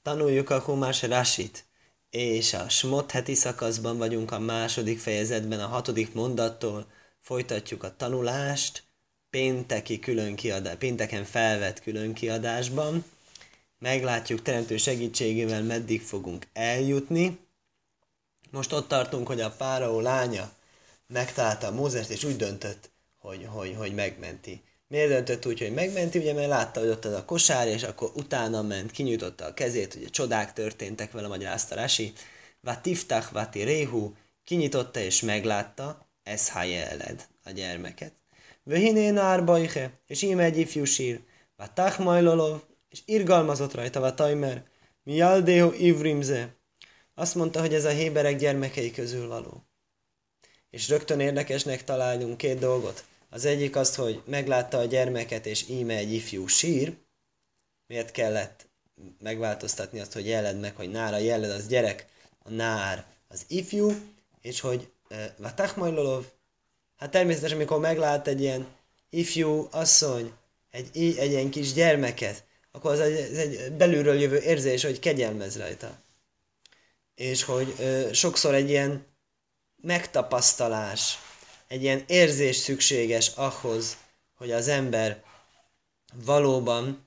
Tanuljuk a Humás Rasit, és a Smot heti szakaszban vagyunk a második fejezetben, a 6. mondattól folytatjuk a tanulást, pénteken felvett különkiadásban. Meglátjuk teremtő segítségével, meddig fogunk eljutni. Most ott tartunk, hogy a fáraó lánya megtalálta a Mózest, és úgy döntött, hogy megmenti. Miért döntött úgy, hogy megmenti? Ugye, mert látta, hogy ott az a kosár, és akkor utána ment, kinyújtotta a kezét, ugye csodák történtek vele, magyarázta Rasi. Vatiftach vati réhu, kinyitotta és meglátta, ez hajeled, a gyermeket. Vöhinén árbaiche, és íme egy ifjú sír. Vatach majlolov, és irgalmazott rajta Vatajmer. Mi jaldého ivrimze. Azt mondta, hogy ez a héberek gyermekei közül való. És rögtön érdekesnek találunk két dolgot. Az egyik az, hogy meglátta a gyermeket, és íme egy ifjú sír. Miért kellett megváltoztatni azt, hogy jeled meg, hogy nár, a jeled az gyerek, a nár az ifjú, és hogy Vatachmajlolov, hát természetesen, amikor meglát egy ilyen ifjú asszony, egy ilyen kis gyermeket, akkor az egy belülről jövő érzés, hogy kegyelmez rajta. És hogy sokszor egy ilyen megtapasztalás, egy ilyen érzés szükséges ahhoz, hogy az ember valóban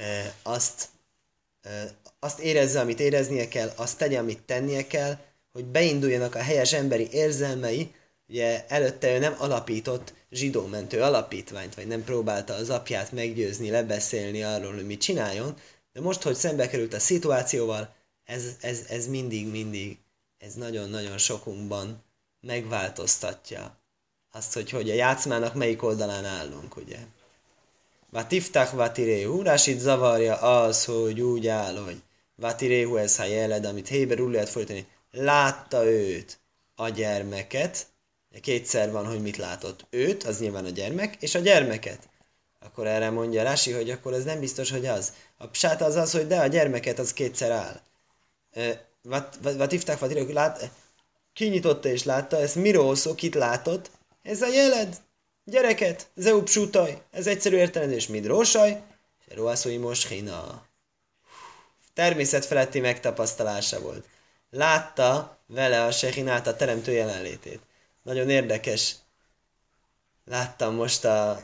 azt érezze, amit éreznie kell, azt tegye, amit tennie kell, hogy beinduljanak a helyes emberi érzelmei. Ugye előtte ő nem alapított zsidómentő alapítványt, vagy nem próbálta az apját meggyőzni, lebeszélni arról, hogy mit csináljon, de most, hogy szembe került a szituációval, ez mindig, ez nagyon-nagyon sokunkban megváltoztatja azt, hogy a játszmának melyik oldalán állunk, ugye. Vatiftach vatiréhu, Rasit zavarja az, hogy úgy áll, hogy vatiréhu ez jeled, amit héberül lehet fordítani, látta őt, a gyermeket, kétszer van, hogy mit látott őt, az nyilván a gyermek, és a gyermeket. Akkor erre mondja Rasi, hogy akkor ez nem biztos, hogy az. A psát az, hogy de a gyermeket az kétszer áll. Vatiftach vatiréhu, kinyitotta és látta, ez miről szó, kit látott? Ez a jeled, gyereket, zeu psutaj, ez egyszerű értelmezés, midrósaj, és roászói moshina. Természetfeletti megtapasztalása volt. Látta vele a sehinát, a teremtő jelenlétét. Nagyon érdekes. Láttam most a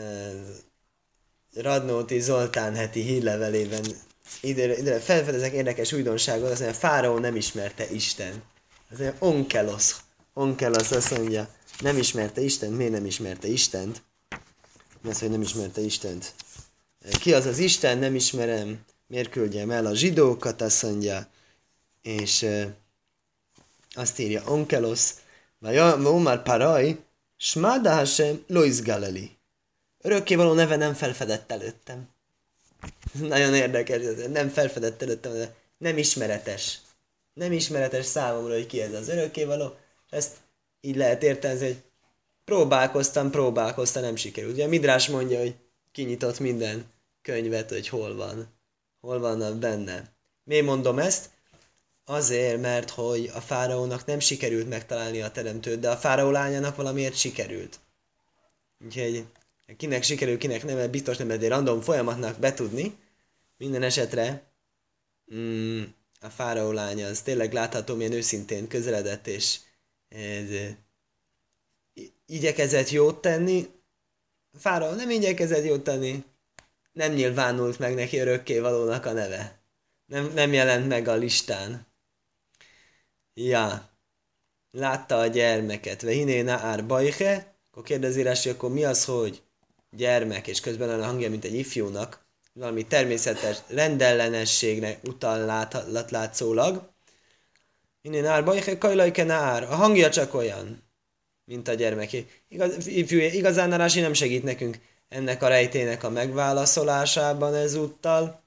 Radnóti Zoltán heti hírlevelében, ide felfedezek érdekes újdonságot, azt mondja, Fáraó nem ismerte Isten. Az mondja, onkelos azt mondja, nem ismerte Istent. Miért nem ismerte Istent? Mi az, hogy nem ismerte Istent? Ki az az Isten? Nem ismerem. Miért küldjem el a zsidókat? Azt mondja. És azt írja onkelos. Omar Paraj, Smada Hashem Lois Galeli. Örökkévaló neve nem felfedett előttem. Nagyon érdekes, nem felfedett előttem, de nem ismeretes. Nem ismeretes számomra, hogy ki ez az örökkévaló. Ezt így lehet értelmezni, hogy próbálkoztam, nem sikerült. Ugye Midrás mondja, hogy kinyitott minden könyvet, hogy hol vannak benne. Miért mondom ezt? Azért, mert hogy a fáraónak nem sikerült megtalálni a teremtőt, de a fáraó lányának valamiért sikerült. Úgyhogy kinek sikerül, kinek nem, biztos nem egy random folyamatnak betudni. Minden esetre a fáraó lánya az tényleg látható, milyen őszintén közeledett, és igyekezett jót tenni. A fáraó nem igyekezett jót tenni, nem nyilvánult meg neki örökkévalónak a neve. Nem jelent meg a listán. Ja, látta a gyermeket. Vehinéna árbaiche, akkor kérdezi rá, hogy akkor mi az, hogy gyermek, és közben a hangja, mint egy ifjúnak, valami természetes rendellenességre utal látszólag. Innen árbaiche, kajlajken ár. A hangja csak olyan, mint a gyermeké. Igazán Rási nem segít nekünk ennek a rejtének a megválaszolásában ezúttal,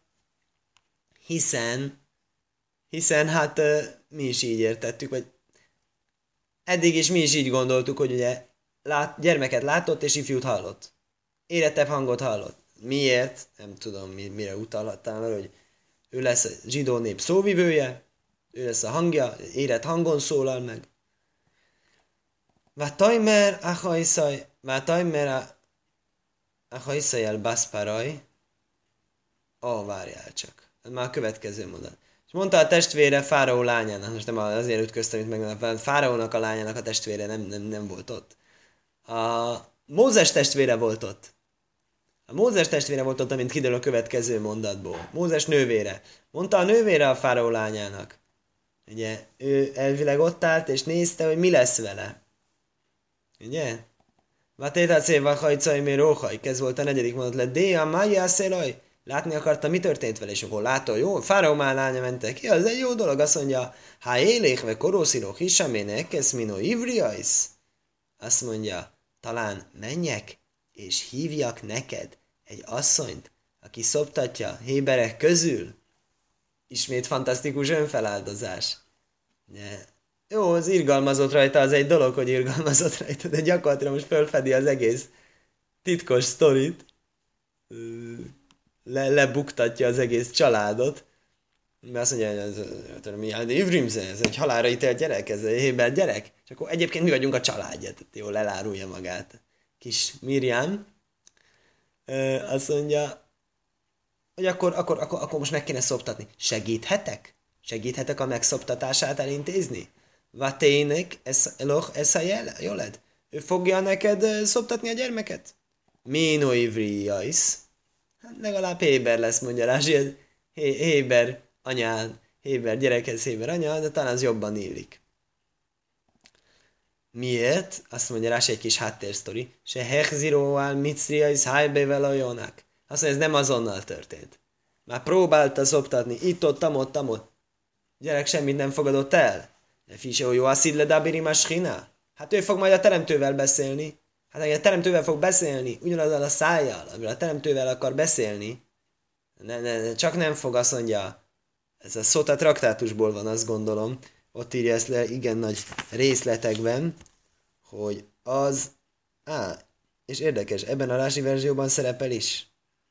hiszen hát mi is így értettük, vagy eddig is mi is így gondoltuk, hogy ugye gyermeket látott és ifjút hallott. Érettebb hangot hallott. Miért? Nem tudom, mire utalhattál, hogy ő lesz a zsidó nép szóvivője, ő lesz a hangja, érett hangon szólal meg. Vatajmer achajszaj el baszparaj. Várjál csak. Ez már a következő mondat. És mondta a testvére Fáraó lányának, most nem azért ütköztem, itt meg Fáraónak a lányának a testvére nem volt ott. A Mózes testvére volt ott. A Mózes testvére volt ott, amint kiderül a következő mondatból. Mózes nővére. Mondta a nővére a Fáraó lányának. Ugye, ő elvileg ott állt, és nézte, hogy mi lesz vele. Ugye? Vatétacé vachajcaj mi róhaj. Ez volt a negyedik mondat. Le déa májá szélaj. Látni akarta, mi történt vele, és akkor látta, jó, Fáraó már lánya mentek ki, az egy jó dolog, azt mondja, ha élékve korószírok hisamének, ez minó ivriajsz. Azt mondja, talán menjek, és hívjak neked egy asszonyt, aki szoptatja héberek közül. Ismét fantasztikus önfeláldozás. Ne. Jó, az irgalmazott rajta, az egy dolog, hogy irgalmazott rajta, de gyakorlatilag most fölfedi az egész titkos sztorit. Lebuktatja az egész családot. Mert azt mondja, hogy ez egy halálra ítélt gyerek, ez egy héber gyerek. És akkor egyébként mi vagyunk a családja, tehát jól elárulja magát. Kis Miriam azt mondja, hogy akkor most meg kéne szoptatni. Segíthetek? Segíthetek a megszoptatását elintézni? Vatének, ez a jóled? Ő fogja neked szoptatni a gyermeket? Mino ivriais. Hát legalább Héber lesz, mondja Rási, Héber anyád, Héber gyerekhez Héber anya, de talán az jobban illik. Miért? Azt mondja Rási egy kis háttérsztori. Se hechziróál micriais hájbével a jónak. Azt mondja, ez nem azonnal történt. Már próbálta szoptatni, itt-ott, ott. Gyerek semmit nem fogadott el. De fise jó asszid le dabiri maschina. Hát ő fog majd a teremtővel beszélni. Hát a teremtővel fog beszélni, ugyanazzal a szájjal, amivel a teremtővel akar beszélni. Csak nem fog, azt mondja, ez a Szóta traktátusból van, azt gondolom. Ott írja ezt le igen nagy részletekben, hogy az... és érdekes, ebben a Rási verzióban szerepel is.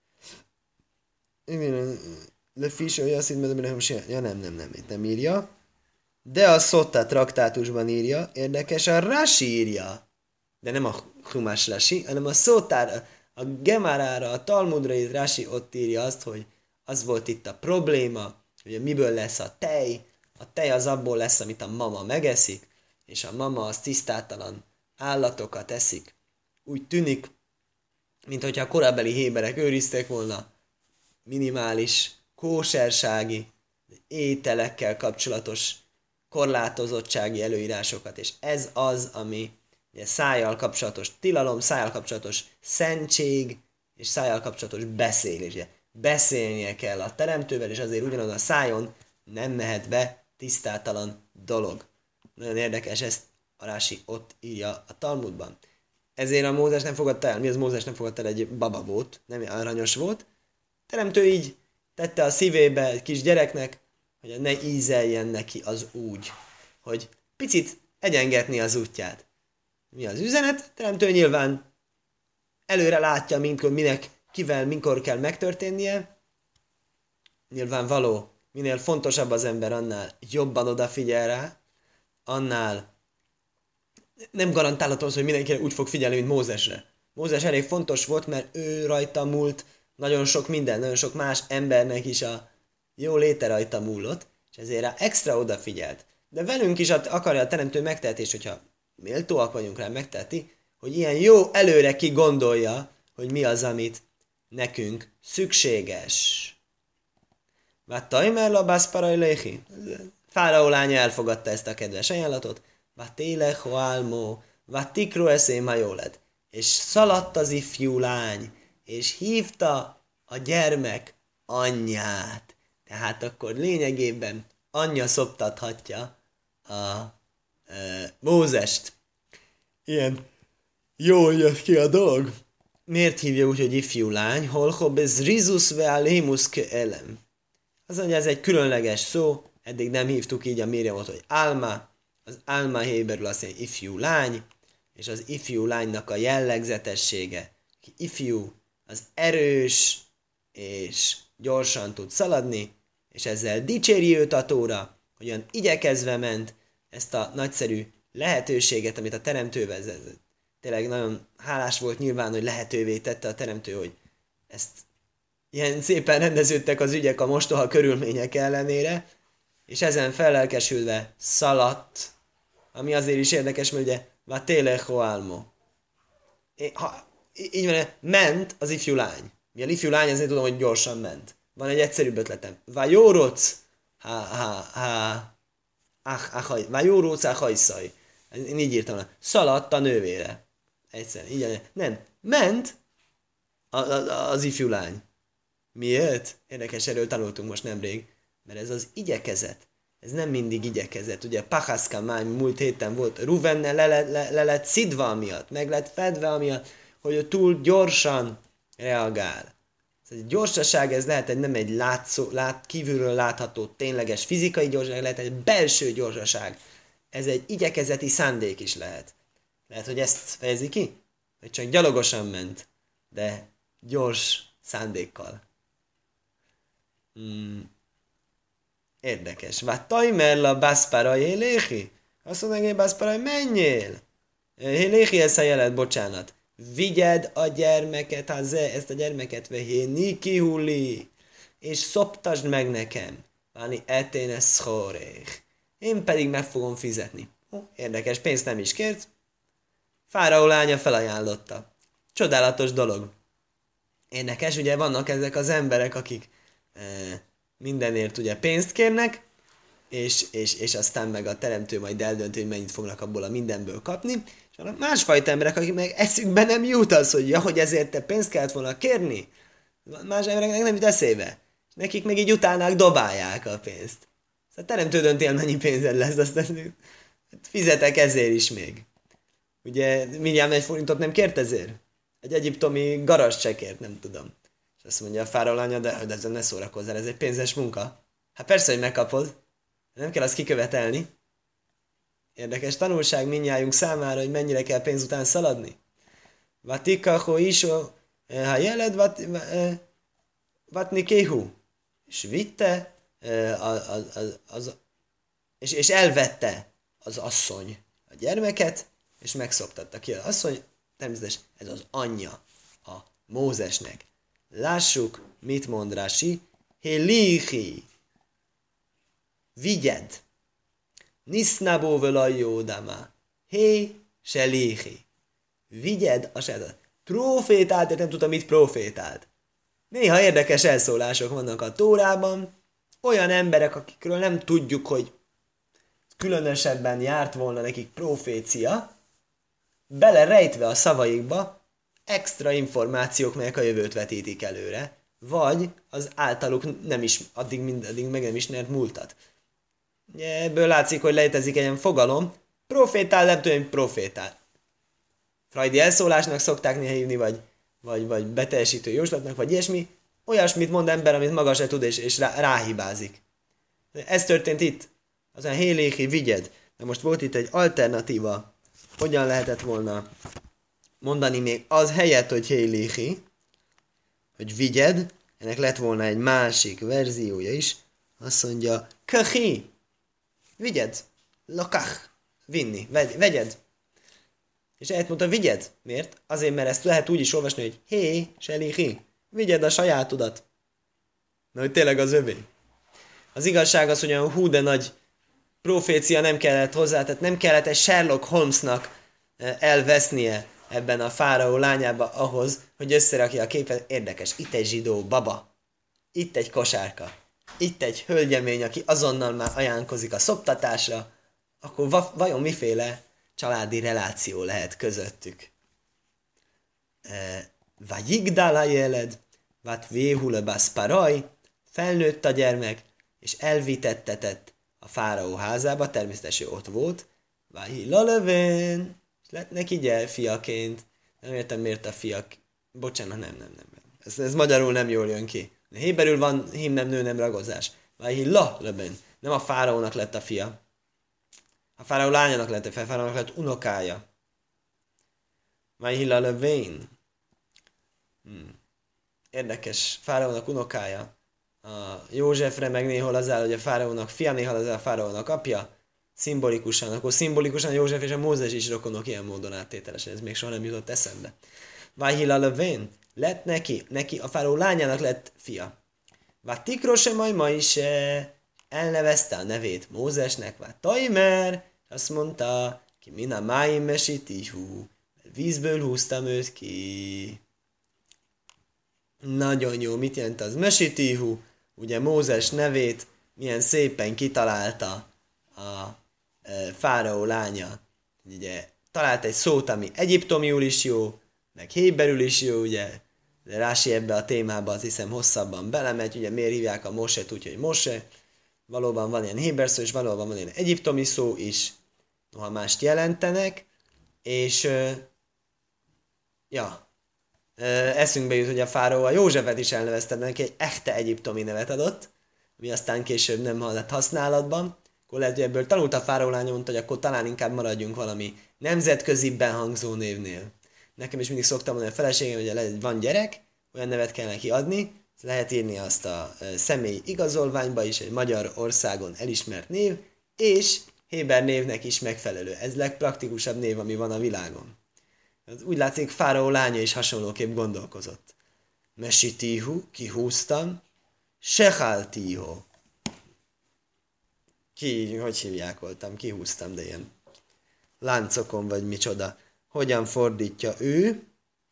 Le fish, olyan szint, ja nem írja. De a Szóta traktátusban írja, érdekes, a Rási írja. De nem a Humás Rási, hanem a Szótára, a Gemárára, a Talmudra írt Rási ott írja azt, hogy az volt itt a probléma, hogy miből lesz a tej az abból lesz, amit a mama megeszik, és a mama az tisztátalan állatokat eszik. Úgy tűnik, mintha a korabeli héberek őrizték volna minimális kósersági ételekkel kapcsolatos korlátozottsági előírásokat, és ez az, ami ugye, szájjal kapcsolatos tilalom, szájjal kapcsolatos szentség, és szájjal kapcsolatos beszélés. Ugye, beszélnie kell a teremtővel, és azért ugyanaz a szájon nem mehet be tisztátalan dolog. Nagyon érdekes, ezt a Rási ott írja a Talmudban. Ezért a Mózes nem fogadta el. Mi az Mózes nem fogadta el? Egy baba volt, nem aranyos volt. Teremtő így tette a szívébe egy kis gyereknek, hogy ne ízeljen neki az úgy, hogy picit egyengetni az útját. Mi az üzenet? Teremtő nyilván előre látja, minek, kivel, mikor kell megtörténnie. Nyilvánvaló, minél fontosabb az ember, annál jobban odafigyel rá, annál nem garantálható az, hogy mindenki úgy fog figyelni, mint Mózesre. Mózes elég fontos volt, mert ő rajta múlt nagyon sok minden, nagyon sok más embernek is a jó léte rajta múlott, és ezért rá extra odafigyelt. De velünk is akarja a teremtő megtehetés, hogyha méltóak vagyunk rá, megteheti, hogy ilyen jó előre ki gondolja, hogy mi az, amit nekünk szükséges. Vattajmer labászparai léhi. Fáraó lánya elfogadta ezt a kedves ajánlatot. Vatélech hoálmó, vatikro eszéma jóled. És szaladt az ifjú lány, és hívta a gyermek anyját. Tehát akkor lényegében anyja szoptathatja a Mózest. Ilyen jól jött ki a dolog. Miért hívja úgy, hogy ifjú lány? Holhob ez rizus ve alémus ke elem. Az mondja, ez egy különleges szó, eddig nem hívtuk így a Miriamot, hogy Alma. Az Alma héberül azt mondja, ifjú lány, és az ifjú lánynak a jellegzetessége. Ifjú, az erős, és gyorsan tud szaladni, és ezzel dicséri őt a Tóra, hogy olyan igyekezve ment ezt a nagyszerű lehetőséget, amit a teremtő vezet. Tényleg nagyon hálás volt nyilván, hogy lehetővé tette a teremtő, hogy ezt ilyen szépen rendeződtek az ügyek a mostoha körülmények ellenére, és ezen fellelkesülve szaladt, ami azért is érdekes, mert ugye Vatelecho álmo. Így van, ment az ifjú lány. Mi a ifjú lány, azért tudom, hogy gyorsan ment. Van egy egyszerűbb ötletem. Vajóróc, Vajóróc hajszaj. Én így írtam le. Szaladt a nővére. Egyszerűen. Így, nem. Ment az ifjú lány. Miért? Érdekes, erről tanultunk most nemrég. Mert ez az igyekezet. Ez nem mindig igyekezet. Ugye Pachaszka már múlt héten volt. Ruvenne le lett szidva amiatt. Meg lett fedve amiatt, hogy ő túl gyorsan reagál. Ez egy gyorsaság, ez lehet nem egy kívülről látható, tényleges fizikai gyorsaság, lehet egy belső gyorsaság. Ez egy igyekezeti szándék is lehet. Lehet, hogy ezt fejezi ki? Hogy csak gyalogosan ment, de gyors szándékkal. Érdekes. Vattajmerla baszpara héléhi? Azt mondja, hogy baszpara, menjél! Héléhi ez a jelet, bocsánat. Vigyed a gyermeket, ezt a gyermeket vehéni kihulli, és szoptasd meg nekem. Váni eténe szchorék. Én pedig meg fogom fizetni. Érdekes, pénzt nem is kért. Fáraó lánya felajánlotta. Csodálatos dolog. Érdekes, ugye vannak ezek az emberek, akik mindenért ugye pénzt kérnek, és aztán meg a teremtő majd eldöntő, hogy mennyit fognak abból a mindenből kapni. És vannak másfajta emberek, akik meg eszükbe nem jut az, hogy ezért te pénzt kellett volna kérni. Más embereknek nem jut eszébe. És nekik meg így utálnák, dobálják a pénzt. Szóval teremtő dönti el, mennyi pénzed lesz, aztán fizetek ezért is még. Ugye mindjárt 1 forintot nem kért ezért? Egy egyiptomi garast se kért, nem tudom. És azt mondja a fáraó lánya, de ezzel ne szórakozzál, ez egy pénzes munka. Hát persze, hogy megkapod. Nem kell azt kikövetelni. Érdekes tanulság mindnyájunk számára, hogy mennyire kell pénz után szaladni. Vatikaho iso, ha jeled vatni kéhu. És vitte, és elvette az asszony a gyermeket, és megszoptatta ki az asszony. Természetesen ez az anyja a Mózesnek. Lássuk, mit mond Rási. Hélihi. Vigyed. Nisznabó völajjódama. Hé, se lihi. Vigyed a sedet. Profétált, de nem tudtam, mit profétált. Néha érdekes elszólások vannak a Tórában. Olyan emberek, akikről nem tudjuk, hogy különösebben járt volna nekik profécia, belerejtve a szavaikba extra információk, melyek a jövőt vetítik előre, vagy az általuk nem is, addig meg nem ismert múltat. Ebből látszik, hogy létezik egy ilyen fogalom, profétál, nem tudom, hogy profétál. Freudi elszólásnak szokták néha hívni, vagy beteljesítő jóslatnak, vagy ilyesmi. Olyasmit mond ember, amit maga se tud, és ráhibázik. Ez történt itt. Az a héléhi, vigyed. De most volt itt egy alternatíva. Hogyan lehetett volna mondani még az helyett, hogy héléhi, hogy vigyed, ennek lett volna egy másik verziója is. Azt mondja, kahi, vigyed, lakach, vinni, vegyed. És ezt mondta, vigyed. Miért? Azért, mert ezt lehet úgy is olvasni, hogy hé, selihi, vigyed a sajátodat. Mert hogy tényleg az övé. Az igazság az, hogy olyan hú de nagy profécia nem kellett hozzá, tehát nem kellett egy Sherlock Holmesnak elvesznie ebben a fáraó lányába ahhoz, hogy összerakja a képet. Érdekes, itt egy zsidó baba, itt egy kosárka, itt egy hölgyemény, aki azonnal már ajánlkozik a szoptatásra, akkor vajon miféle családi reláció lehet közöttük? Vajigdala jeled, vat véhule baszparaj, felnőtt a gyermek, és elvitettetett a fáraó házába, természetesen ott volt, Vahila lövén, és lett neki gyerfiaként. Nem értem, miért a fiak... Bocsánat, nem. Ez magyarul nem jól jön ki. Héberül van hím nem nő nem ragozás. Vahila lövén. Nem a fáraónak lett a fia. A fáraó lányának lett, a fáraónak lett unokája. Vahila lövén. Érdekes, fáraónak unokája. A Józsefre meg néhol az áll, hogy a fáraónak fia, néhol az áll a fáraónak apja. Szimbolikusan, akkor szimbolikusan József és a Mózes is rokonok ilyen módon áttételesen. Ez még soha nem jutott eszembe. Vahila lövén, lett neki a fáraó lányának lett fia. Tikro sem ma is elnevezte a nevét Mózesnek, Tajmer, azt mondta, ki mina máim mesitihu, vízből húztam őt ki. Nagyon jó, mit jelent az mesitihu? Ugye Mózes nevét milyen szépen kitalálta a fáraó lánya. Ugye talált egy szót, ami egyiptomiul is jó, meg héberül is jó, ugye. De Rási ebbe a témába azt hiszem hosszabban belemegy, ugye miért hívják a Moset úgy, hogy Mose. Valóban van ilyen héber szó, és valóban van ilyen egyiptomi szó is, noha mást jelentenek, és eszünkbe jut, hogy a fáraó a Józsefet is elnevezte, neki egy echte egyiptomi nevet adott, ami aztán később nem lett használatban. Akkor lehet, hogy ebből tanult a fáraó lánya, mondta, hogy akkor talán inkább maradjunk valami nemzetközibben hangzó névnél. Nekem is mindig szoktam mondani a feleségem, hogy van gyerek, olyan nevet kell neki adni, lehet írni azt a személyi igazolványba is, egy Magyarországon elismert név, és héber névnek is megfelelő. Ez legpraktikusabb név, ami van a világon. Úgy látszik, fáraó lánya is hasonlóképp gondolkozott. Mesitihu, kihúztam, sechaltiho. Hogy hívják voltam? Kihúztam, de ilyen láncokon vagy micsoda. Hogyan fordítja ő?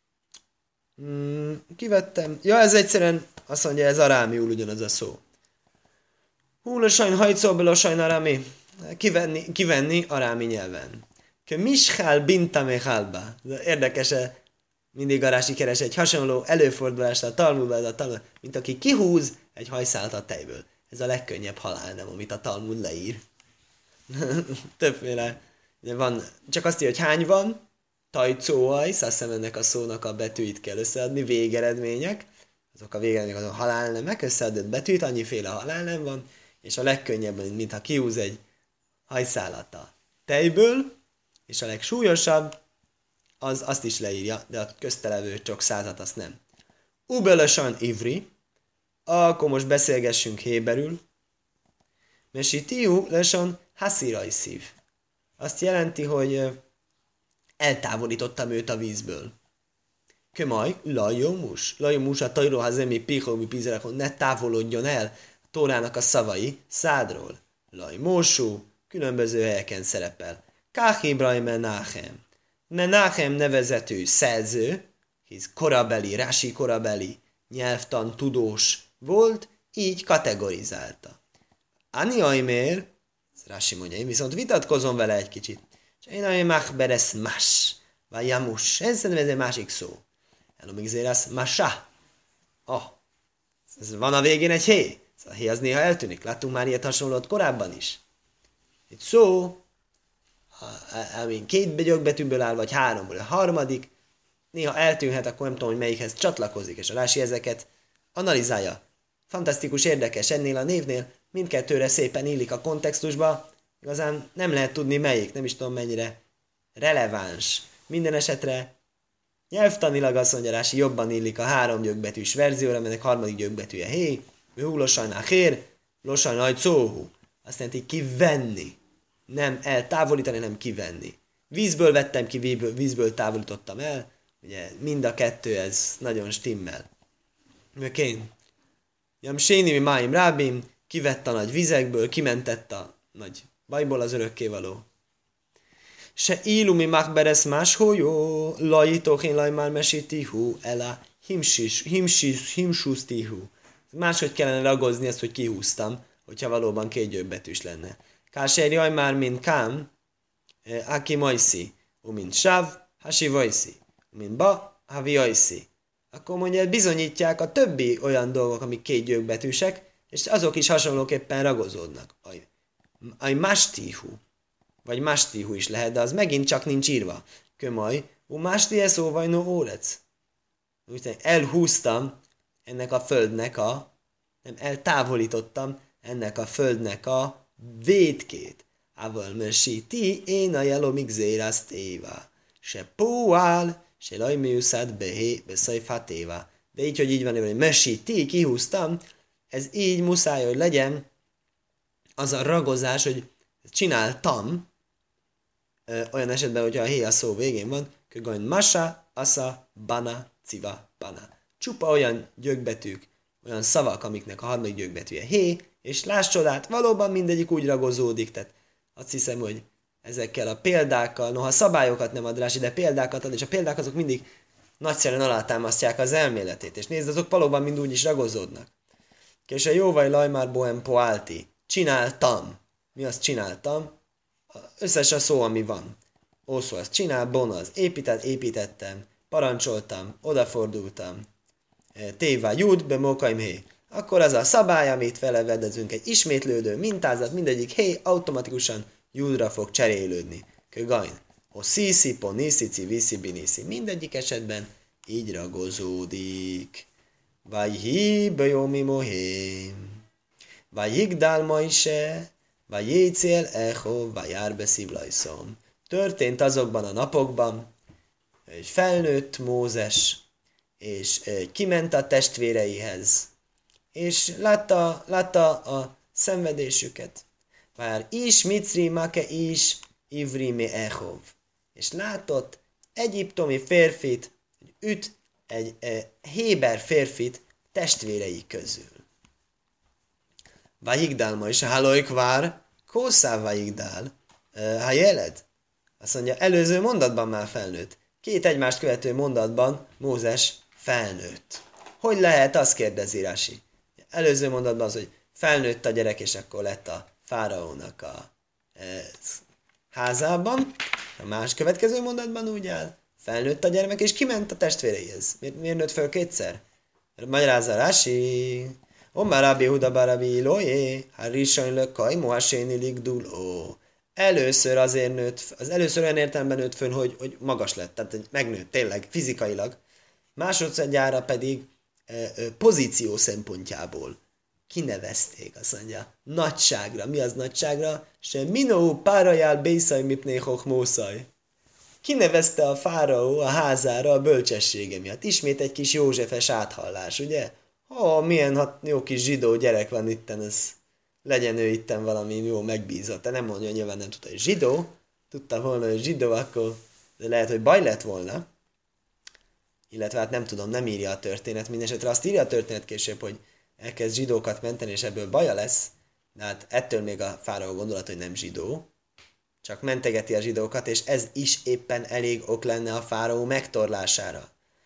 Kivettem. Ja, ez egyszerűen azt mondja, ez arámiul ugyanaz a szó. Húlosajn hajcóbelosajn arámi. Kivenni arámi nyelven. Ke mischál bintamechalba. Érdekes, mindig a Rási keres egy hasonló előfordulást a Talmudban, mint aki kihúz egy hajszálat a tejből. Ez a legkönnyebb halálnem, amit a Talmud leír. Többféle. Van, csak azt írja, hogy hány van, tajcóajsz, azt hiszem ennek a szónak a betűit kell összeadni, végeredmények, azok a végeredmények, azok a halálnemek, összeadott betűt, annyiféle halálnem van, és a legkönnyebb, mintha kihúz egy hajszálat a tejből, és a legsúlyosabb, azt is leírja, de a köztelevő csak százat azt nem. Ubelösan ivri, akkor most beszélgessünk héberül, mesitiu leson hasirai szív. Azt jelenti, hogy eltávolítottam őt a vízből. Kömaj, lajomus a tajróhazemi pihomi pizerekon, ne távolodjon el a Tórának a szavai szádról. Lajmósú, különböző helyeken szerepel. Káhibrai Menachem. Menachem nevezetű szerző, hisz korabeli, Rási korabeli nyelvtan tudós volt, így kategorizálta. Ani Aimér, Rási mondja, én viszont vitatkozom vele egy kicsit. És én olyan machberes más, vagy jamus. Ez szerintem ez egy másik szó. Elomigzérasz masa. Ez van a végén egy hé. A hé az néha eltűnik. Láttunk már ilyet hasonlót korábban is. Egy szó, amin két begyögbetűből áll, vagy háromból a harmadik, néha eltűnhet, akkor nem tudom, hogy melyikhez csatlakozik, és a Rási ezeket analizálja. Fantasztikus, érdekes ennél a névnél, mindkettőre szépen illik a kontextusba, igazán nem lehet tudni melyik, nem is tudom mennyire releváns. Minden esetre nyelvtanilag azt mondja Rási, jobban illik a három gyökbetűs verzióra, amelynek harmadik gyökbetűje hé, hú losajnál hér, losajnál cóhú. Azt jelenti kivenni. Nem eltávolítani, nem kivenni. Vízből vettem ki, vízből távolítottam el. Ugye mind a kettő ez nagyon stimmel. Oké. Jam sénimi máim rábim, kivett a nagy vizekből, kimentett a nagy bajból az örökkévaló. Se illumi machberes máshójó, lajitochén laj már mesítihu, ela himsusztihu. Máshogy kellene ragozni ezt, hogy kihúztam, hogyha valóban két gyöbbetűs lenne. Káser jaj már, mint kám, aki majszi, mint sáv, hasi vajszi, mint ba, havi ajszi. Akkor mondja, bizonyítják a többi olyan dolgok, amik két gyökbetűsek, és azok is hasonlóképpen ragozódnak. Aj mástihu, vagy mástihu is lehet, de az megint csak nincs írva. Kömaj, másti eszó vagy no órec. Elhúztam ennek a földnek nem eltávolítottam ennek a földnek a vétkét. Ával mesíti, én a jelomig zéraszt éva. Se póál, se lajmiuszát behé, beszajfátéva. De így, hogy így van, hogy mesíti, kihúztam, ez így muszáj, hogy legyen az a ragozás, hogy csináltam, olyan esetben, hogyha a hé a szó végén van, kögany masa, asa, bana, civa, pana. Csupa olyan gyökbetűk, olyan szavak, amiknek a harmadik gyökbetűje hé, és láss csodát, valóban mindegyik úgy ragozódik, tehát azt hiszem, hogy ezekkel a példákkal, noha szabályokat nem ad rá, de példákat ad, és a példák azok mindig nagyszerűen alátámasztják az elméletét, és nézd, azok valóban mind úgy is ragozódnak. És a jóvaj lajmár bohem poálti. Csináltam. Mi azt csináltam? Összes a szó, ami van. Ószó az csinál, bon az építettem, parancsoltam, odafordultam. Tévá jud, be mókaim hé. Akkor az a szabály, amit vele vedezünk, egy ismétlődő mintázat, mindegyik hé, automatikusan judra fog cserélődni. Kögain. O sziszi, poniszi, civiszi, biniszi. Mindegyik esetben így ragozódik. Vajhi bejomi mohém. Vajigdál Moise, vajécél echo, vajár beszívlajszom. Történt azokban a napokban, hogy felnőtt Mózes, és kiment a testvéreihez, és látta a szenvedésüket. Vár is micri make is ivri me echov. És látott egyiptomi férfit, üt egy héber férfit testvérei közül. Vajigdál ma is, hálóik vár, kószá vajigdál, ha jeled. Azt mondja, előző mondatban már felnőtt. Két egymást követő mondatban Mózes felnőtt. Hogy lehet, azt kérdezi Rasi. Előző mondatban az, hogy felnőtt a gyerek, és akkor lett a fáraónak a házában. A más következő mondatban úgy áll, felnőtt a gyermek, és kiment a testvéreihez. Miért nőtt föl kétszer? Magyarázza Rasi. Omar Rabbi Huda Barabi Lójé, Harisony le Kajmo Haséni Ligduló. Először azért nőtt, az először olyan értelemben nőtt föl, hogy magas lett, tehát megnőtt tényleg fizikailag. Másodszorjára pedig pozíció szempontjából kinevezték, azt mondja, nagyságra. Mi az nagyságra? Se minó párajál bészaj mipné hochmószaj. Kinevezte a fáraó a házára a bölcsessége miatt. Ismét egy kis Józsefes áthallás, ugye? Milyen jó kis zsidó gyerek van itten, ez legyen ő itten valami jó megbízott. De nem mondja, nyilván nem tudta, hogy zsidó. Tudta volna, hogy zsidó, akkor de lehet, hogy baj lett volna. Illetve hát nem tudom, nem írja a történet. Mindenesetre azt írja a történet később, hogy elkezd zsidókat menteni, és ebből baja lesz. De hát ettől még a fáraó gondolat, hogy nem zsidó. Csak mentegeti a zsidókat, és ez is éppen elég ok lenne a fáraó megtorlására.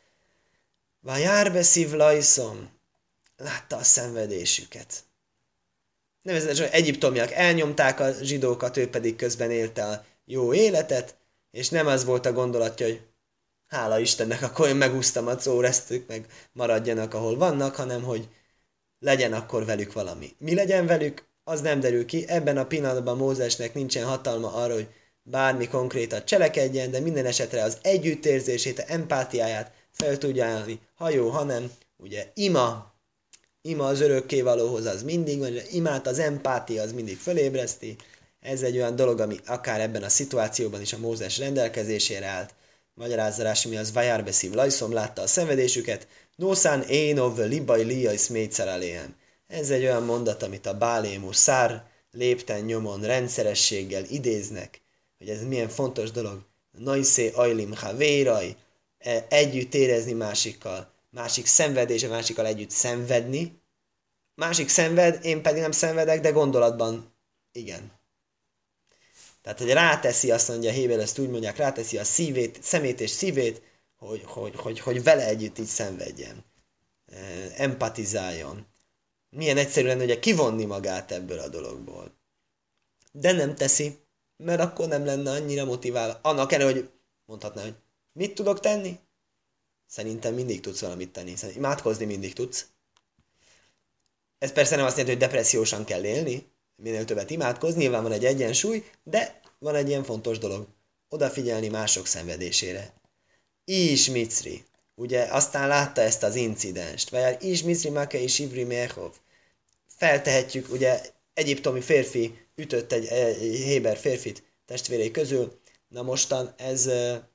Vajár beszív lajszom. Látta a szenvedésüket. Nevezetesen egyiptomiak elnyomták a zsidókat, ő pedig közben élte a jó életet, és nem az volt a gondolatja, hogy hála Istennek, akkor én megúsztam a szóresztük, meg maradjanak, ahol vannak, hanem hogy legyen akkor velük valami. Mi legyen velük, az nem derül ki. Ebben a pillanatban Mózesnek nincsen hatalma arra, hogy bármi konkrétat cselekedjen, de minden esetre az együttérzését, a empátiáját fel tudja állni, ha jó, ha nem. Ugye ima az örökkévalóhoz az mindig, vagy imát az empátia az mindig fölébreszti. Ez egy olyan dolog, ami akár ebben a szituációban is a Mózes rendelkezésére állt. Magyarázza Rási, mi az vajárbeszív lajszom, látta a szenvedésüket. Nószán énov libaj lijaj szmétszaráléhem. Ez egy olyan mondat, amit a Bálémú szár lépten nyomon rendszerességgel idéznek, hogy ez milyen fontos dolog. Najszé ajlim havéraj, együtt érezni másikkal, másik szenvedése, másikkal együtt szenvedni. Másik szenved, én pedig nem szenvedek, de gondolatban igen. Tehát, hogy ráteszi, azt mondja, Héber, ezt úgy mondják, ráteszi a szívét, szemét és szívét, hogy vele együtt így szenvedjen. Empatizáljon. Milyen egyszerű lenne ugye kivonni magát ebből a dologból. De nem teszi, mert akkor nem lenne annyira motiválva. Annak ellenére, hogy mondhatná, hogy mit tudok tenni? Szerintem mindig tudsz valamit tenni. Imádkozni mindig tudsz. Ez persze nem azt jelenti, hogy depressziósan kell élni, minél többet imádkozni, nyilván van egy egyensúly, de van egy ilyen fontos dolog. Odafigyelni mások szenvedésére. Is Micri. Ugye aztán látta ezt az incidenst. Vagy is Micri Make is Ivri Mechov. Feltehetjük, ugye egyiptomi férfi ütött egy héber férfit testvérei közül. Na mostan ez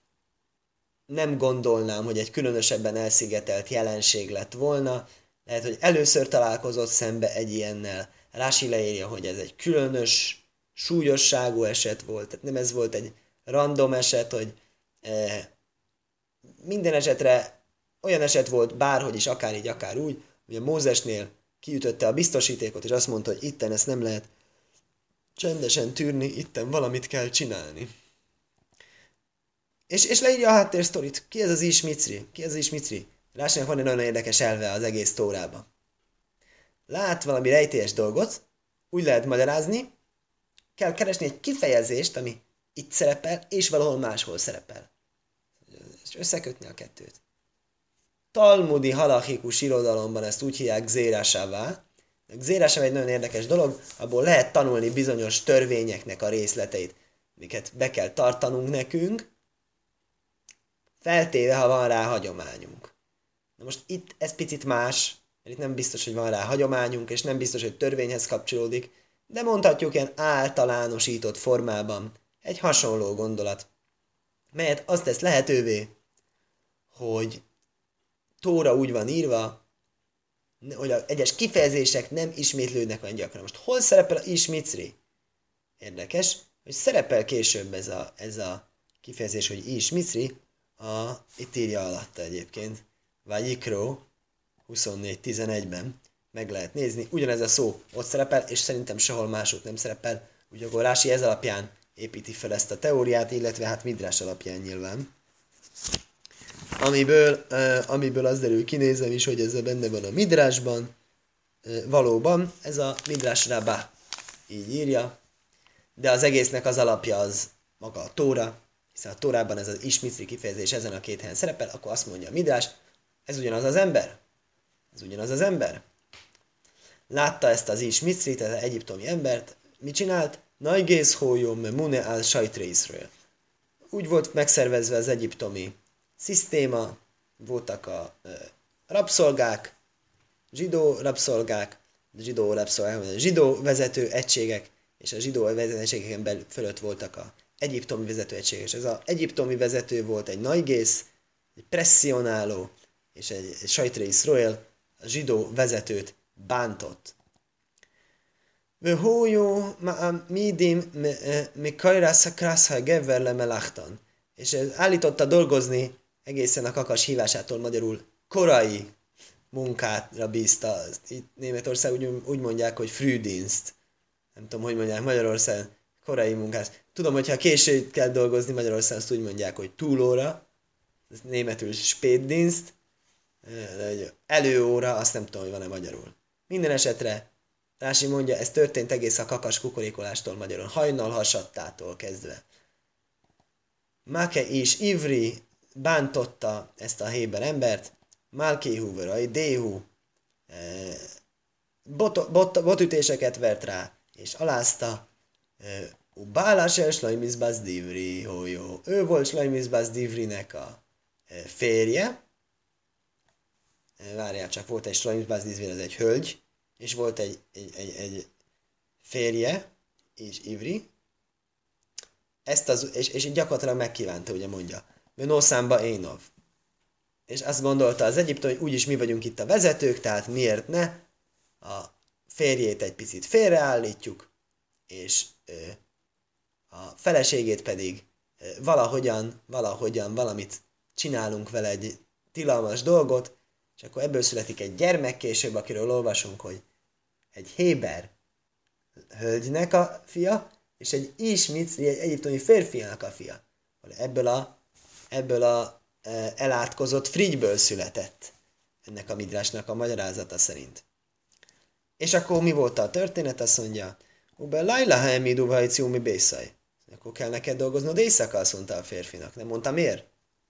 nem gondolnám, hogy egy különösebben elszigetelt jelenség lett volna. Lehet, hogy először találkozott szembe egy ilyennel. Rási leírja, hogy ez egy különös, súlyosságú eset volt. Tehát nem ez volt egy random eset, hogy minden esetre olyan eset volt bárhogy is, akár így, akár úgy, hogy a Mózesnél kiütötte a biztosítékot, és azt mondta, hogy itten ezt nem lehet csendesen tűrni, itten valamit kell csinálni. És leírja a háttérsztorit. Ki ez az Ismicri? Ki ez az Ismicri? Lássanak, van egy nagyon érdekes elve az egész Tórában. Lát valami rejtélyes dolgot, úgy lehet magyarázni, kell keresni egy kifejezést, ami itt szerepel, és valahol máshol szerepel. És összekötni a kettőt. Talmudi halachikus irodalomban ezt úgy hívják Gzérásává. Gzérásává egy nagyon érdekes dolog, abból lehet tanulni bizonyos törvényeknek a részleteit, amiket be kell tartanunk nekünk, feltéve, ha van rá hagyományunk. Na most itt ez picit más, mert itt nem biztos, hogy van rá hagyományunk, és nem biztos, hogy törvényhez kapcsolódik, de mondhatjuk ilyen általánosított formában egy hasonló gondolat, melyet azt tesz lehetővé, hogy Tóra úgy van írva, hogy az egyes kifejezések nem ismétlődnek olyan gyakran. Most hol szerepel a Ismicri? Érdekes, hogy szerepel később ez a kifejezés, hogy Ismicri, itt írja alatta egyébként, Vajikro 24.11-ben meg lehet nézni. Ugyanez a szó ott szerepel, és szerintem sehol máshogy nem szerepel. Úgyhogy akkor Rási ez alapján építi fel ezt a teóriát, illetve hát Midrás alapján nyilván. Amiből az derül, kinézem is, hogy ez benne van a Midrásban. Valóban, ez a Midrás Rabá így írja, de az egésznek az alapja az maga a Tóra, hiszen a Tórában ez az Ismicri kifejezés ezen a két helyen szerepel, akkor azt mondja a Midrás, ez ugyanaz az ember. Ez ugyanaz az ember. Látta ezt az Ismicrit, ez az egyiptomi embert, mit csinált? Naigész hójom mune al sajtre Israel. Úgy volt megszervezve az egyiptomi szisztéma, voltak a rabszolgák, zsidó vezető egységek, és a zsidó vezető egységeken belül fölött voltak a egyiptomi vezető egységek. És ez az egyiptomi vezető volt egy naigész, egy presszionáló, és egy sajtre Israel, a zsidó vezetőt bántott. Vehójó midim mikajra szakraszha geverle melachtan. És állította dolgozni egészen a kakas hívásától, magyarul korai munkára bízta. Itt Németország úgy mondják, hogy Frühdienst. Nem tudom, hogy mondják Magyarországon, korai munkát. Tudom, hogyha késő kell dolgozni Magyarországon, azt úgy mondják, hogy túlóra. Ez németül Spätdienst. Előóra, azt nem tudom, hogy van-e magyarul. Minden esetre Rási mondja, ez történt egész a kakas kukorékolástól magyarul, hajnal hasadtától kezdve. Máke is Ivri bántotta ezt a héber embert, Malkéhu verai Déhu botütéseket vert rá, és alázta. Bálás el Slajmizbász Divri, jó. Ő volt Slajmizbász Divrinek a férje. Várjál csak, volt egy Slajmizbász Divri, ez egy hölgy, és volt egy férje, és Ivri. És gyakorlatilag megkívánta, ugye mondja. Nószámba Énov. És azt gondolta az egyiptom, hogy úgyis mi vagyunk itt a vezetők, tehát miért ne a férjét egy picit félreállítjuk, és a feleségét pedig valahogyan valamit csinálunk vele, egy tilalmas dolgot, és akkor ebből születik egy gyermek később, akiről olvasunk, hogy egy héber hölgynek a fia, és egy Ismicri, egy egyiptomi férfiának a fia. Ebből a elátkozott frigyből született ennek a midrásnak a magyarázata szerint. És akkor mi volt a történet? Azt mondja, Uber Laila Haemidu Vajciumi Bészaj. Akkor kell neked dolgoznod éjszaka, azt mondta a férfinak. Nem mondta miért?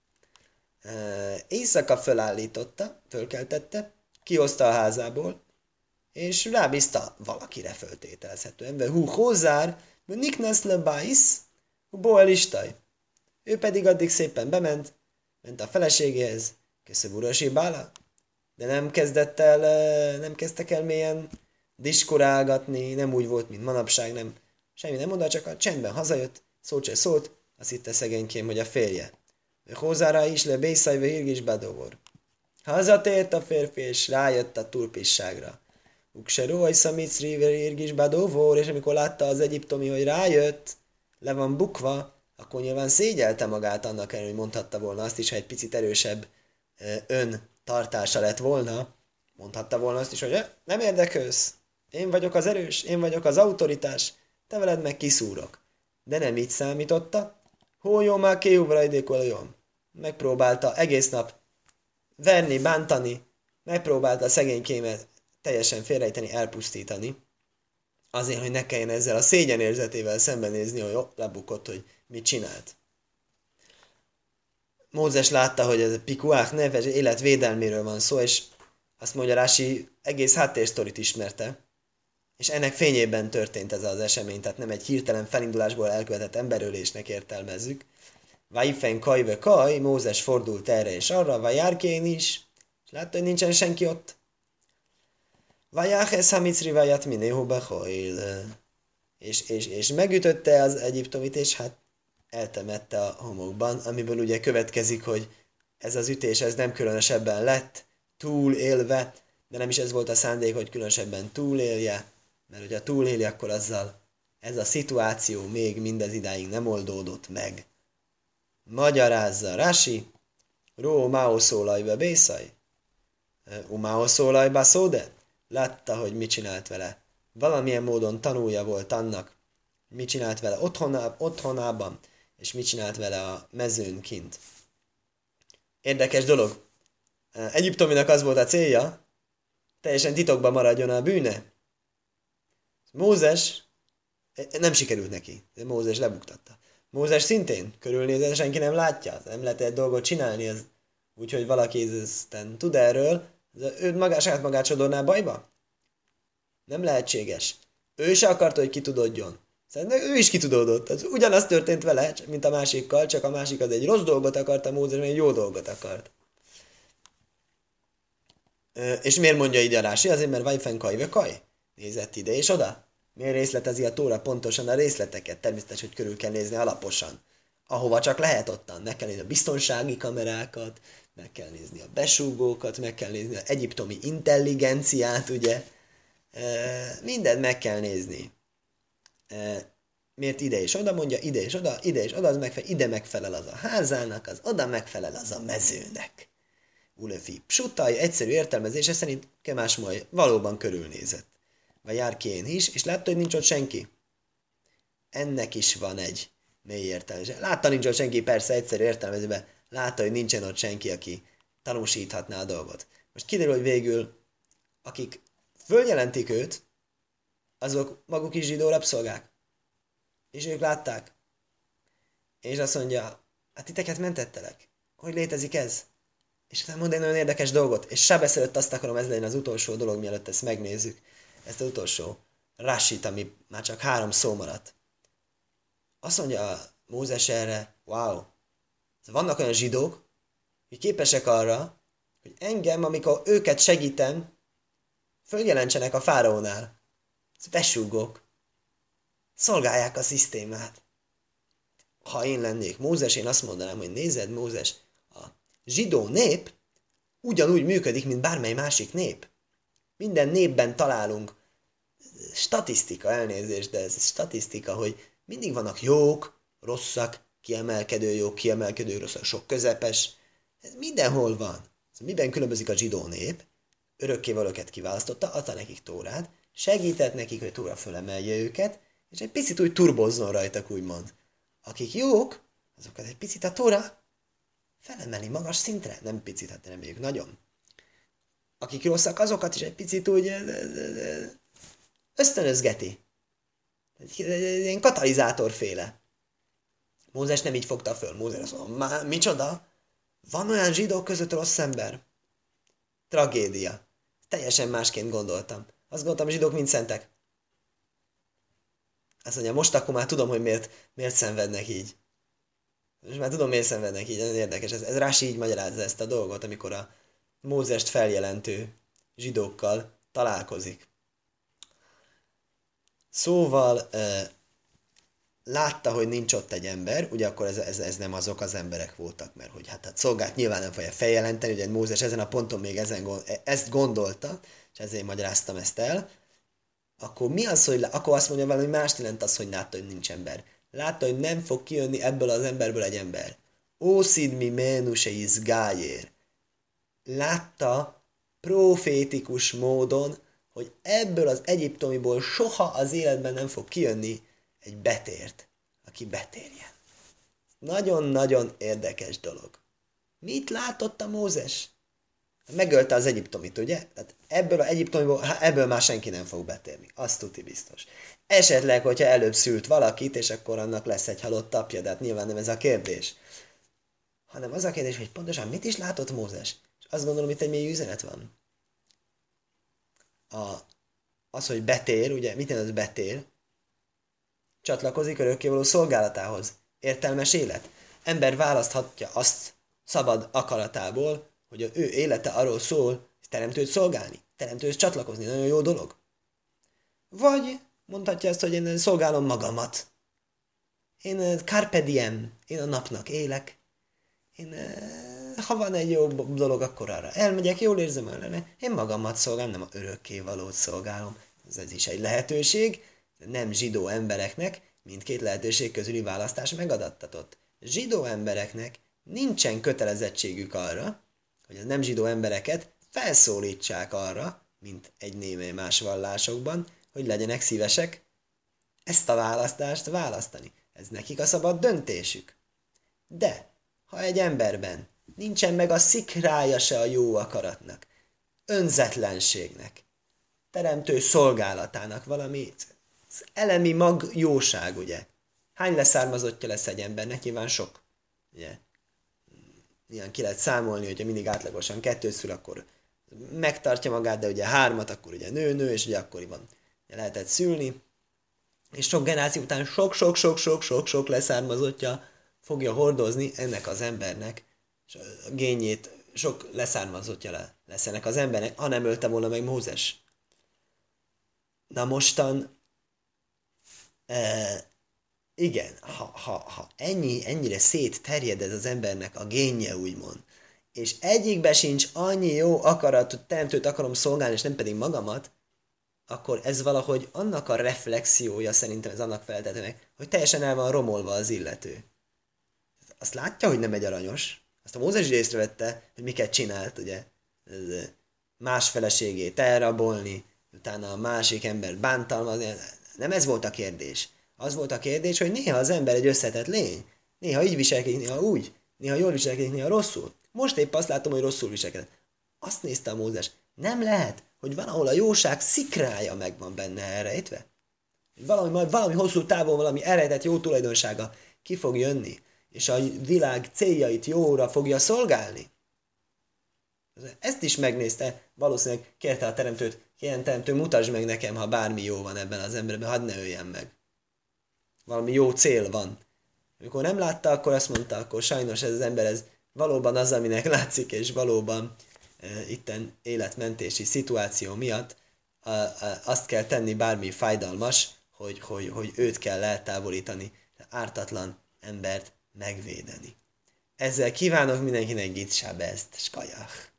Éjszaka fölkeltette, kihozta a házából, és rábízta valakire föltételezhetően. De hozzár, niknesz le bájsz, boel istaj. Ő pedig addig szépen ment a feleségéhez, köszönöm urasi bála, de nem kezdtek el mélyen diskurálgatni, nem úgy volt, mint manapság, semmi nem mondta, csak a csendben hazajött, szót se szólt, azt hitte szegénykém, hogy a férje. Hozzára is le bészajve hirgis badóvor. Hazatért a férfi, és rájött a turpisságra. Ukseró, ajszamicri, hirgis badóvor, és amikor látta az egyiptomi, hogy rájött, le van bukva, akkor nyilván szégyelte magát annak ellenére, hogy mondhatta volna azt is, ha egy picit erősebb ön tartása lett volna, mondhatta volna azt is, hogy nem érdekelsz, én vagyok az erős, én vagyok az autoritás, te veled meg kiszúrok. De nem így számította. Hójó már kéjúbrajdékoljon. Megpróbálta egész nap verni, bántani, megpróbálta a szegénykémet teljesen félrejteni, elpusztítani. Azért, hogy ne kelljen ezzel a szégyenérzetével szembenézni, hogy lebukott, hogy mit csinált. Mózes látta, hogy ez a pikuák neves életvédelméről van szó, és azt mondja, Rási egész háttérsztorit ismerte, és ennek fényében történt ez az esemény, tehát nem egy hirtelen felindulásból elkövetett emberölésnek értelmezzük. Vajfen kajve kaj, Mózes fordult erre és arra, vajárkén is, és látta, hogy nincsen senki ott. Vajáhez hamicri vajat minéhu behoil. És megütötte az egyiptomit, és hát eltemette a homokban, amiből ugye következik, hogy ez az ütés ez nem különösebben lett, túlélve, de nem is ez volt a szándék, hogy különösebben túlélje, mert hogyha túléli, akkor azzal ez a szituáció még mindez idáig nem oldódott meg. Magyarázza Rashi, Ró máó szólajba bészaj, Umáó szólajba szóde, látta, hogy mit csinált vele. Valamilyen módon tanulja volt annak, mit csinált vele otthonában, és mit csinált vele a mezőn kint. Érdekes dolog. Egyiptominak az volt a célja, teljesen titokban maradjon a bűne. Mózes nem sikerült neki, de Mózes lebuktatta. Mózes szintén körülnézett, senki nem látja, nem lehet egy dolgot csinálni, ez úgyhogy valaki ezten tud erről, ő saját magát sodorná bajba? Nem lehetséges. Ő se akarta, hogy kitudódjon. Szerintem ő is kitudódott. Az ugyanaz történt vele, mint a másikkal, csak a másik az egy rossz dolgot akart, a Mózes egy jó dolgot akart. És miért mondja így a Rási? Azért, mert Vajfen kajve kaj. Nézett ide és oda. Miért részletezi a Tóra pontosan a részleteket? Természetesen, hogy körül kell nézni alaposan. Ahova csak lehet ottan. Meg kell nézni a biztonsági kamerákat, meg kell nézni a besúgókat, meg kell nézni az egyiptomi intelligenciát, ugye? Mindent meg kell nézni. Miért ide és oda mondja, ide és oda, az ide megfelel az a házának, az oda megfelel az a mezőnek. Ulefi psutaj, egyszerű értelmezése szerint Kemás majd valóban körülnézett. Vagy járkén is, és látta, hogy nincs ott senki. Ennek is van egy mély értelmezése. Látta, nincs ott senki, persze egyszerű értelmezésben, látta, hogy nincsen ott senki, aki tanúsíthatná a dolgot. Most kiderül, hogy végül, akik följelentik őt, azok maguk is zsidó rabszolgák. És ők látták. És azt mondja, hát titeket mentettelek. Hogy létezik ez? És utána mond egy nagyon érdekes dolgot. És Sábesz előtt azt akarom, ez legyen az utolsó dolog, mielőtt ezt megnézzük. Ezt az utolsó Rasit, ami már csak 3 szó maradt. Azt mondja Mózes erre, wow, vannak olyan zsidók, hogy képesek arra, hogy engem, amikor őket segítem, följelentsenek a fáraónál. Besúgok. Szolgálják a szisztémát. Ha én lennék Mózes, én azt mondanám, hogy nézed, Mózes, a zsidó nép ugyanúgy működik, mint bármely másik nép. Minden népben találunk statisztika, elnézést, de ez statisztika, hogy mindig vannak jók, rosszak, kiemelkedő rosszak, sok közepes. Ez mindenhol van. Miben különbözik a zsidó nép? Örökkévalóket kiválasztotta, adta nekik Tórát, segített nekik, hogy Tóra fölemelje őket, és egy picit úgy turbozzon rajtak, úgymond. Akik jók, azokat egy picit a Tóra felemeli magas szintre. Nem picit, hát reméljük nagyon. Akik rosszak, azokat is egy picit úgy ösztönözgeti. Ilyen katalizátorféle. Mózes nem így fogta föl. Mózes azt mondja, micsoda? Van olyan zsidók között rossz ember? Tragédia. Teljesen másként gondoltam. Azt gondoltam, a zsidók mind szentek. Azt mondja, most akkor már tudom, hogy miért szenvednek így. Most már tudom, miért szenvednek így. Ez érdekes. Ez Rási így magyarázza ezt a dolgot, amikor a Mózest feljelentő zsidókkal találkozik. Szóval látta, hogy nincs ott egy ember, ugye akkor ez nem azok az emberek voltak, mert hogy hát a szolgát nyilván nem fogja feljelenteni, ugye Mózes ezen a ponton még ezt gondolta, és ezért magyaráztam ezt el, akkor mi az, hogy akkor azt mondja valami mást jelent az, hogy látta, hogy nincs ember. Látta, hogy nem fog kijönni ebből az emberből egy ember. Ószid mi menuse is gájér. látta profétikus módon, hogy ebből az egyiptomiból soha az életben nem fog kijönni egy betért, aki betérjen. Nagyon-nagyon érdekes dolog. Mit látott a Mózes? Megölte az egyiptomit, ugye? Tehát ebből az egyiptomiból, ebből már senki nem fog betérni. Azt tuti biztos. Esetleg, hogyha előbb szült valakit, és akkor annak lesz egy halott apja, de hát nyilván nem ez a kérdés. Hanem az a kérdés, hogy pontosan mit is látott Mózes? És azt gondolom, itt egy mély üzenet van. Az, hogy betér, ugye, mit jelent az betér? Csatlakozik örökkévaló szolgálatához. Értelmes élet. Ember választhatja azt szabad akaratából, hogy ő élete arról szól, hogy teremtőt szolgálni, teremtőt csatlakozni. Nagyon jó dolog. Vagy mondhatja azt, hogy én szolgálom magamat. Én carpe diem, én a napnak élek. Ha van egy jó dolog, akkor arra elmegyek, jól érzem ellene. Én magamat szolgálom, nem a örökkévalót szolgálom. Ez is egy lehetőség, nem zsidó embereknek mindkét lehetőség közüli választás megadattatott. Zsidó embereknek nincsen kötelezettségük arra, hogy a nem zsidó embereket felszólítsák arra, mint egy némely más vallásokban, hogy legyenek szívesek ezt a választást választani. Ez nekik a szabad döntésük. De, ha egy emberben nincsen meg a szikrája se a jó akaratnak, önzetlenségnek, teremtő szolgálatának valami elemi magjóság, ugye? Hány leszármazottja lesz egy embernek? Nyilván sok. Ugye? Ilyen ki lehet számolni, hogyha mindig átlagosan 2 szül, akkor megtartja magát, de ugye 3, akkor ugye nő, és ugye akkoriban lehetett szülni. És sok generáció után sok leszármazottja fogja hordozni ennek az embernek, és a génjét, sok leszármazottja lesz ennek az embernek, ha nem ölte volna meg Mózes. Na mostan, igen, ha ennyire szétterjed ez az embernek a génje, úgymond, és egyikbe sincs annyi jó akarat, hogy teremtőt akarom szolgálni, és nem pedig magamat, akkor ez valahogy annak a reflexiója, szerintem ez annak feltetőnek, hogy teljesen el van romolva az illető. Azt látja, hogy nem egy aranyos. Azt a Mózes is észrevette, hogy miket csinált, ugye. Más feleségét elrabolni, utána a másik embert bántalmazni. Nem ez volt a kérdés. Az volt a kérdés, hogy néha az ember egy összetett lény. Néha így viselkedik, néha úgy. Néha jól viselkedik, néha rosszul. Most épp azt látom, hogy rosszul viselkedett. Azt nézte a Mózes. Nem lehet, hogy valahol a jóság szikrája meg van benne elrejtve. Valami hosszú távon, valami elrejtett jó tulajdonsága ki fog jönni, és a világ céljait jóra fogja szolgálni. Ezt is megnézte, valószínűleg kérte a teremtőt, kérjen teremtő, mutasd meg nekem, ha bármi jó van ebben az emberben, hadd ne öljen meg. Valami jó cél van. Amikor nem látta, akkor azt mondta, akkor sajnos ez az ember, ez valóban az, aminek látszik, és valóban itten életmentési szituáció miatt azt kell tenni, bármi fájdalmas, hogy őt kell eltávolítani, ártatlan embert megvédeni. Ezzel kívánok mindenkinek Git Sábeszt, skajach!